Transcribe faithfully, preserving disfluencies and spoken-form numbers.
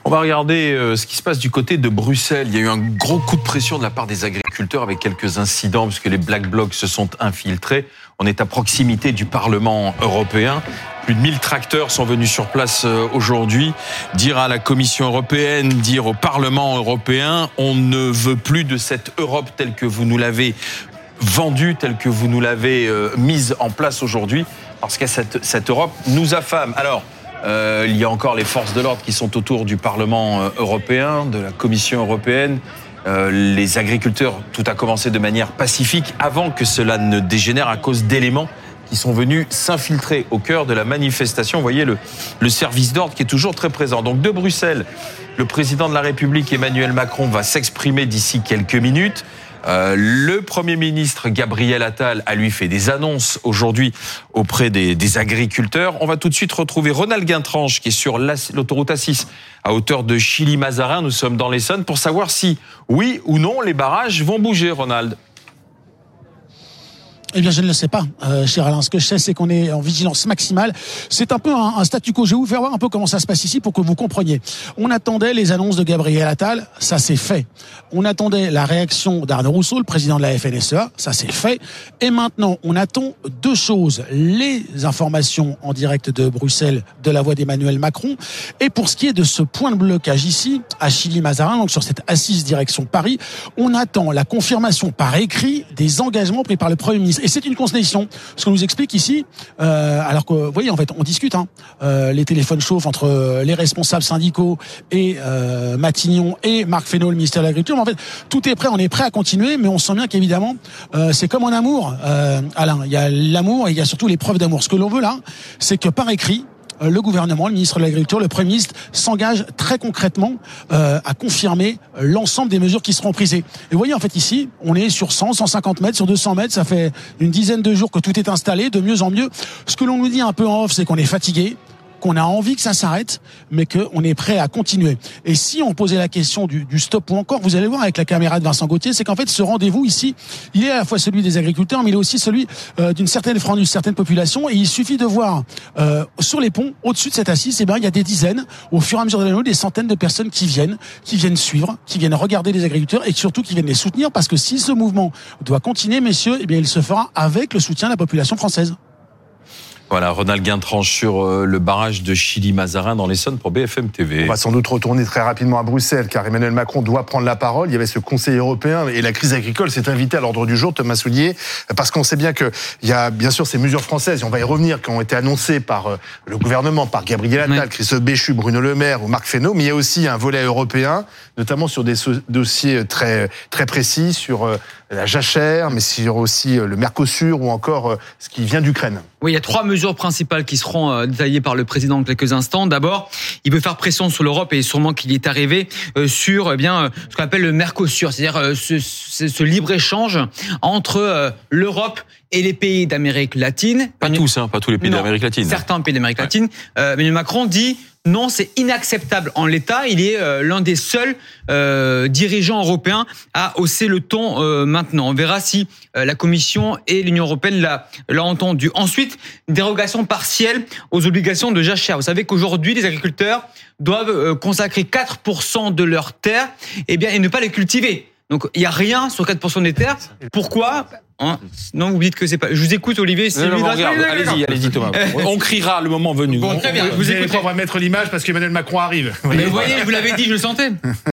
On va regarder euh, ce qui se passe du côté de Bruxelles. Il y a eu un gros coup de pression de la part des agriculteurs avec quelques incidents puisque les Black Blocs se sont infiltrés. On est à proximité du Parlement européen. Plus de mille tracteurs sont venus sur place euh, aujourd'hui. Dire à la Commission européenne, dire au Parlement européen, on ne veut plus de cette Europe telle que vous nous l'avez vendue, telle que vous nous l'avez euh, mise en place aujourd'hui, parce que cette, cette Europe nous affame. Alors, Euh, il y a encore les forces de l'ordre qui sont autour du Parlement euh, européen, de la Commission européenne. Euh, les agriculteurs, tout a commencé de manière pacifique avant que cela ne dégénère à cause d'éléments qui sont venus s'infiltrer au cœur de la manifestation. Vous voyez le, le service d'ordre qui est toujours très présent. Donc de Bruxelles, le président de la République Emmanuel Macron va s'exprimer d'ici quelques minutes. Euh, le Premier ministre Gabriel Attal a lui fait des annonces aujourd'hui auprès des, des agriculteurs. On va tout de suite retrouver Ronald Guintranche qui est sur l'autoroute A six à hauteur de Chilly-Mazarin. Nous sommes dans l'Essonne pour savoir si, oui ou non, les barrages vont bouger, Ronald. Eh bien, je ne le sais pas, euh, cher Alain. Ce que je sais, c'est qu'on est en vigilance maximale. C'est un peu un, un statu quo. Je vais vous faire voir un peu comment ça se passe ici pour que vous compreniez. On attendait les annonces de Gabriel Attal, ça c'est fait. On attendait la réaction d'Arnaud Rousseau, le président de la F N S E A, ça c'est fait. Et maintenant, on attend deux choses. Les informations en direct de Bruxelles de la voix d'Emmanuel Macron. Et pour ce qui est de ce point de blocage ici, à Chilly-Mazarin, donc sur cette assise direction Paris, on attend la confirmation par écrit des engagements pris par le Premier ministre. Et c'est une condition. Ce qu'on nous explique ici, euh, alors que, vous voyez, en fait, on discute, hein, euh, les téléphones chauffent entre les responsables syndicaux et euh, Matignon et Marc Fesneau, le ministère de l'Agriculture. Mais en fait, tout est prêt, on est prêt à continuer, mais on sent bien qu'évidemment, euh, c'est comme en amour, euh, Alain. Il y a l'amour et il y a surtout les preuves d'amour. Ce que l'on veut là, c'est que par écrit, le gouvernement, le ministre de l'Agriculture, le Premier ministre s'engage très concrètement euh, à confirmer l'ensemble des mesures qui seront prises. Et vous voyez, en fait, ici, on est sur cent, cent cinquante mètres, sur deux cents mètres, ça fait une dizaine de jours que tout est installé, de mieux en mieux. Ce que l'on nous dit un peu en off, c'est qu'on est fatigué, qu'on a envie que ça s'arrête, mais qu'on est prêt à continuer. Et si on posait la question du, du stop ou encore, vous allez voir avec la caméra de Vincent Gauthier, c'est qu'en fait ce rendez-vous ici, il est à la fois celui des agriculteurs, mais il est aussi celui euh, d'une certaine frange, d'une certaine population. Et il suffit de voir euh, sur les ponts, au-dessus de cette assise, eh ben il y a des dizaines, au fur et à mesure de l'année, des centaines de personnes qui viennent, qui viennent suivre, qui viennent regarder les agriculteurs et surtout qui viennent les soutenir, parce que si ce mouvement doit continuer, messieurs, eh bien il se fera avec le soutien de la population française. Voilà, Ronald Guintranche sur le barrage de Chilly-Mazarin dans l'Essonne pour B F M T V. On va sans doute retourner très rapidement à Bruxelles, car Emmanuel Macron doit prendre la parole. Il y avait ce Conseil européen et la crise agricole s'est invitée à l'ordre du jour, Thomas Soulier, parce qu'on sait bien qu'il y a bien sûr ces mesures françaises, et on va y revenir, qui ont été annoncées par le gouvernement, par Gabriel Attal, oui. Christophe Béchu, Bruno Le Maire ou Marc Fesneau, mais il y a aussi un volet européen, notamment sur des dossiers très, très précis, sur la jachère, mais sur aussi le Mercosur ou encore ce qui vient d'Ukraine. Oui, il y a trois mesures principales qui seront détaillées par le président dans quelques instants. D'abord, il veut faire pression sur l'Europe et sûrement qu'il y est arrivé sur eh bien ce qu'on appelle le Mercosur, c'est-à-dire ce, ce, ce libre-échange entre l'Europe et les pays d'Amérique latine. Pas tous, hein, pas tous les pays non, d'Amérique latine. Certains pays d'Amérique ouais. latine. Euh, Emmanuel Macron dit non, c'est inacceptable en l'état. Il est euh, l'un des seuls euh, dirigeants européens à hausser le ton euh, maintenant. On verra si euh, la Commission et l'Union européenne l'a, l'a entendu. Ensuite, dérogation partielle aux obligations de jachère. Vous savez qu'aujourd'hui, les agriculteurs doivent euh, consacrer quatre pour cent de leurs terres eh bien, et ne pas les cultiver. Donc, il n'y a rien sur quatre pour cent des terres. Pourquoi ? Hein non, vous dites que c'est pas. Je vous écoute, Olivier. Non, non, non, regarde, allez-y, allez-y, Thomas. On criera le moment venu. Bon, très bien. Vous, vous écoutez. On va mettre l'image parce qu'Emmanuel Macron arrive. Mais vous voyez, vous l'avez dit, je le sentais.